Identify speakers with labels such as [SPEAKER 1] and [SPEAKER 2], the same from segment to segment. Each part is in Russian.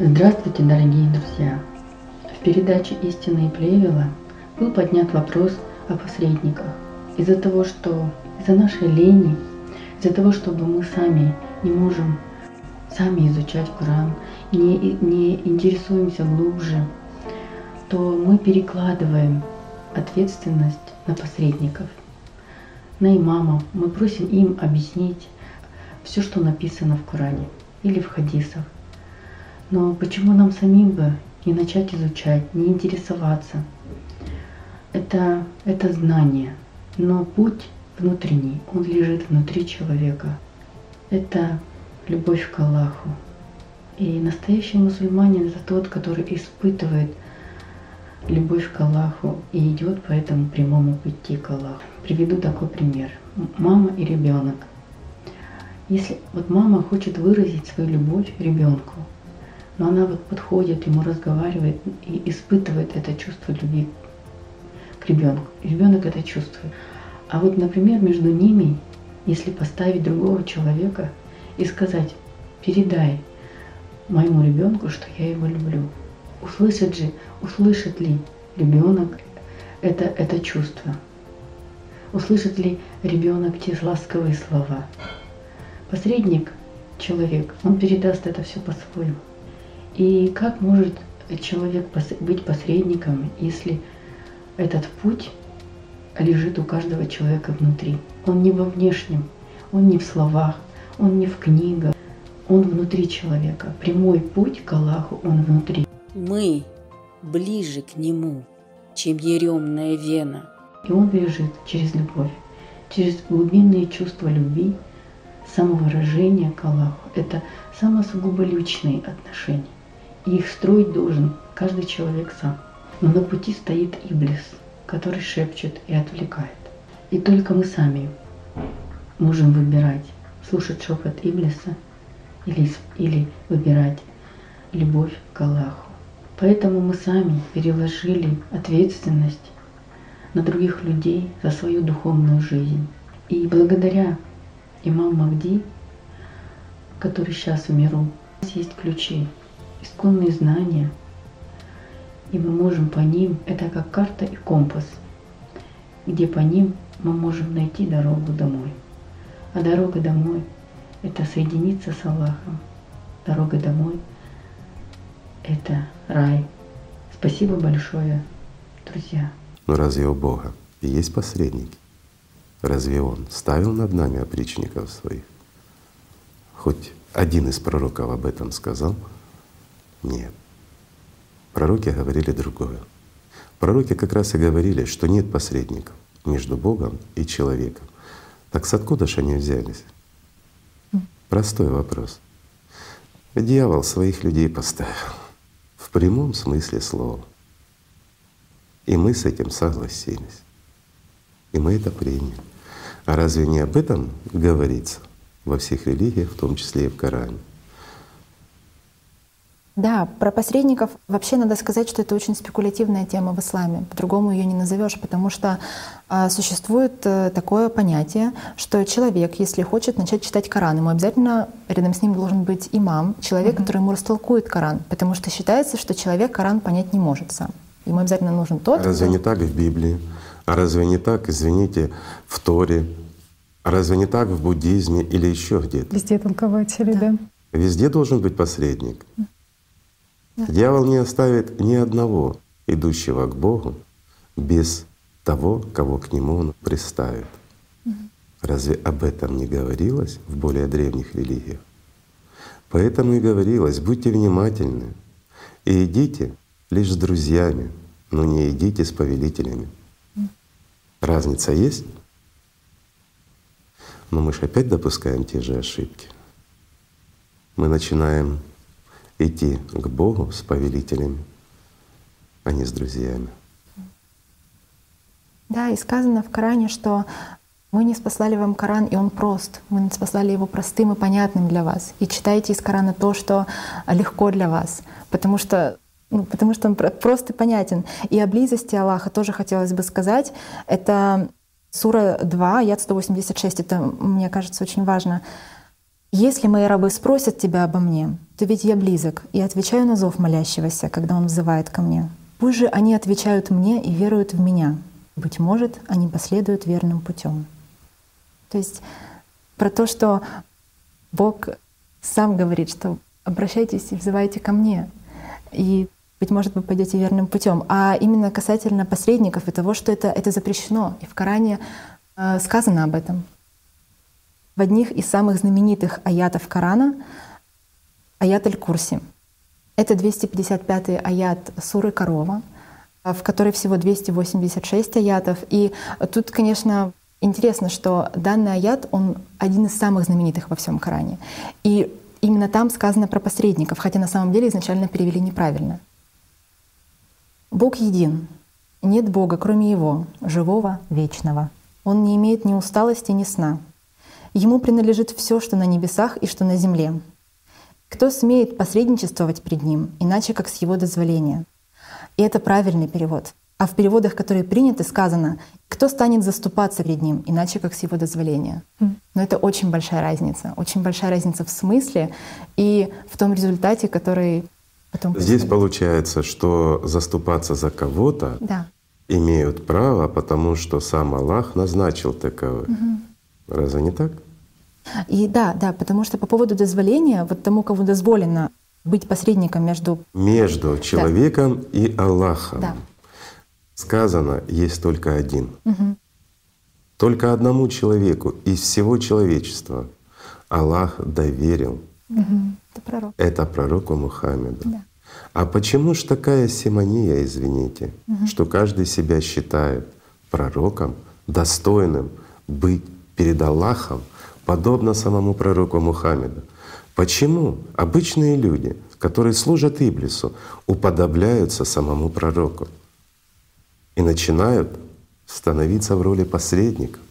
[SPEAKER 1] Здравствуйте, дорогие друзья! В передаче «Истина и плевела» был поднят вопрос о посредниках. Из-за нашей лени, из-за того, чтобы мы сами не можем сами изучать Коран, не интересуемся глубже, то мы перекладываем ответственность на посредников, на имамов. Мы просим им объяснить все, что написано в Коране или в хадисах. Но почему нам самим бы не начать изучать, не интересоваться? Это знание, но путь внутренний, он лежит внутри человека. Это любовь к Аллаху. И настоящий мусульманин — это тот, который испытывает любовь к Аллаху и идет по этому прямому пути к Аллаху. Приведу такой пример. Мама и ребенок. Если мама хочет выразить свою любовь ребенку, но она подходит, ему разговаривает и испытывает это чувство любви к ребенку. Ребенок это чувствует. А например, между ними, если поставить другого человека и сказать: передай моему ребенку, что я его люблю. Услышит ли ребенок это чувство? Услышит ли ребенок те ласковые слова? Посредник, человек, он передаст это все по-своему. И как может человек быть посредником, если этот путь лежит у каждого человека внутри? Он не во внешнем, он не в словах, он не в книгах, он внутри человека. Прямой путь к Аллаху, он внутри.
[SPEAKER 2] Мы ближе к Нему, чем еремная вена.
[SPEAKER 1] И он лежит через любовь, через глубинные чувства любви, самовыражения к Аллаху. Это самые сугубо личные отношения. И их строить должен каждый человек сам. Но на пути стоит Иблис, который шепчет и отвлекает. И только мы сами можем выбирать, слушать шепот Иблиса или выбирать любовь к Аллаху. Поэтому мы сами переложили ответственность на других людей за свою духовную жизнь. И благодаря имаму Махди, который сейчас в миру, у нас есть ключи, исконные знания, и мы можем по ним, это как карта и компас, где по ним мы можем найти дорогу домой. А дорога домой — это соединиться с Аллахом. Дорога домой — это рай. Спасибо большое, друзья.
[SPEAKER 3] Но разве у Бога и есть посредники? Разве Он ставил над нами опричников своих? Хоть один из пророков об этом сказал? Нет. Пророки говорили другое. Пророки как раз и говорили, что нет посредников между Богом и человеком. Так откуда же они взялись? Простой вопрос. Дьявол своих людей поставил в прямом смысле слова. И мы с этим согласились. И мы это приняли. А разве не об этом говорится во всех религиях, в том числе и в Коране?
[SPEAKER 4] Да, про посредников вообще надо сказать, что это очень спекулятивная тема в исламе. По-другому ее не назовешь, потому что существует такое понятие, что человек, если хочет начать читать Коран, ему обязательно рядом с ним должен быть имам, человек, который ему растолкует Коран, потому что считается, что человек Коран понять не может сам. Ему обязательно нужен тот.
[SPEAKER 3] Разве не так в Библии? А разве не так, извините, в Торе? А разве не так в буддизме или еще где-то?
[SPEAKER 5] Везде толкователи, да.
[SPEAKER 3] Везде должен быть посредник. Дьявол не оставит ни одного идущего к Богу без того, кого к Нему он приставит. Разве об этом не говорилось в более древних религиях? Поэтому и говорилось: будьте внимательны и идите лишь с друзьями, но не идите с повелителями. Разница есть? Но мы же опять допускаем те же ошибки. Мы начинаем идти к Богу с повелителями, а не с друзьями.
[SPEAKER 4] Да, и сказано в Коране, что мы не спаслали вам Коран, и он прост. Мы не спаслали его простым и понятным для вас. И читайте из Корана то, что легко для вас, потому что он прост и понятен. И о близости Аллаха тоже хотелось бы сказать. Это сура 2, аят 186. Это, мне кажется, очень важно. «Если мои рабы спросят тебя обо мне, что ведь я близок и отвечаю на зов молящегося, когда он взывает ко мне. Пусть же они отвечают мне и веруют в меня. Быть может, они последуют верным путем. То есть про то, что Бог сам говорит, что обращайтесь и взывайте ко мне. И, быть может, вы пойдете верным путем. А именно касательно посредников и того, что это запрещено. И в Коране сказано об этом. В одних из самых знаменитых аятов Корана — аят Аль-Курси. Это 255-й аят суры Корова, в которой всего 286 аятов. И тут, конечно, интересно, что данный аят, он один из самых знаменитых во всем Коране. И именно там сказано про посредников, хотя на самом деле изначально перевели неправильно. «Бог един, нет Бога, кроме Его, живого, вечного. Он не имеет ни усталости, ни сна. Ему принадлежит все, что на небесах и что на земле. Кто смеет посредничествовать пред Ним, иначе как с Его дозволения?» И это правильный перевод. А в переводах, которые приняты, сказано: «Кто станет заступаться пред Ним, иначе как с Его дозволения?» Но это очень большая разница в смысле и в том результате, который потом
[SPEAKER 3] Здесь
[SPEAKER 4] происходит.
[SPEAKER 3] получается, что заступаться за кого-то
[SPEAKER 4] Да.
[SPEAKER 3] имеют право, потому что сам Аллах назначил таковых. Разве не так?
[SPEAKER 4] И да, потому что по поводу дозволения, вот тому, кому дозволено быть посредником между
[SPEAKER 3] Человеком и Аллахом.
[SPEAKER 4] Да.
[SPEAKER 3] Сказано, есть только один. Только одному человеку из всего человечества Аллах доверил.
[SPEAKER 4] это пророк.
[SPEAKER 3] Это пророку Мухаммеду.
[SPEAKER 4] Да.
[SPEAKER 3] А почему ж такая симония, извините, что каждый себя считает пророком, достойным быть перед Аллахом, подобно самому пророку Мухаммеду? Почему обычные люди, которые служат Иблису, уподобляются самому пророку и начинают становиться в роли посредников?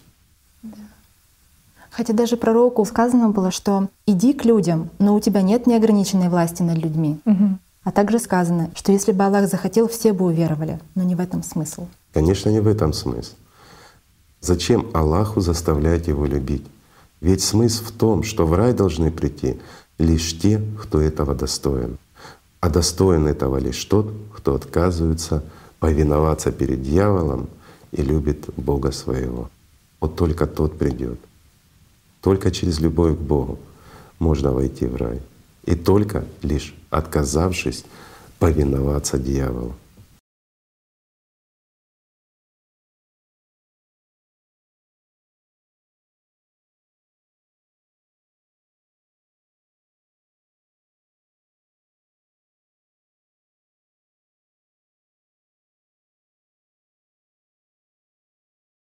[SPEAKER 4] Хотя даже пророку сказано было, что «иди к людям, но у тебя нет неограниченной власти над людьми». А также сказано, что если бы Аллах захотел, все бы уверовали. Но не в этом смысл.
[SPEAKER 3] Конечно, не в этом смысл. Зачем Аллаху заставлять его любить? Ведь смысл в том, что в рай должны прийти лишь те, кто этого достоин. А достоин этого лишь тот, кто отказывается повиноваться перед дьяволом и любит Бога своего. Вот только тот придет. Только через любовь к Богу можно войти в рай. И только лишь отказавшись повиноваться дьяволу.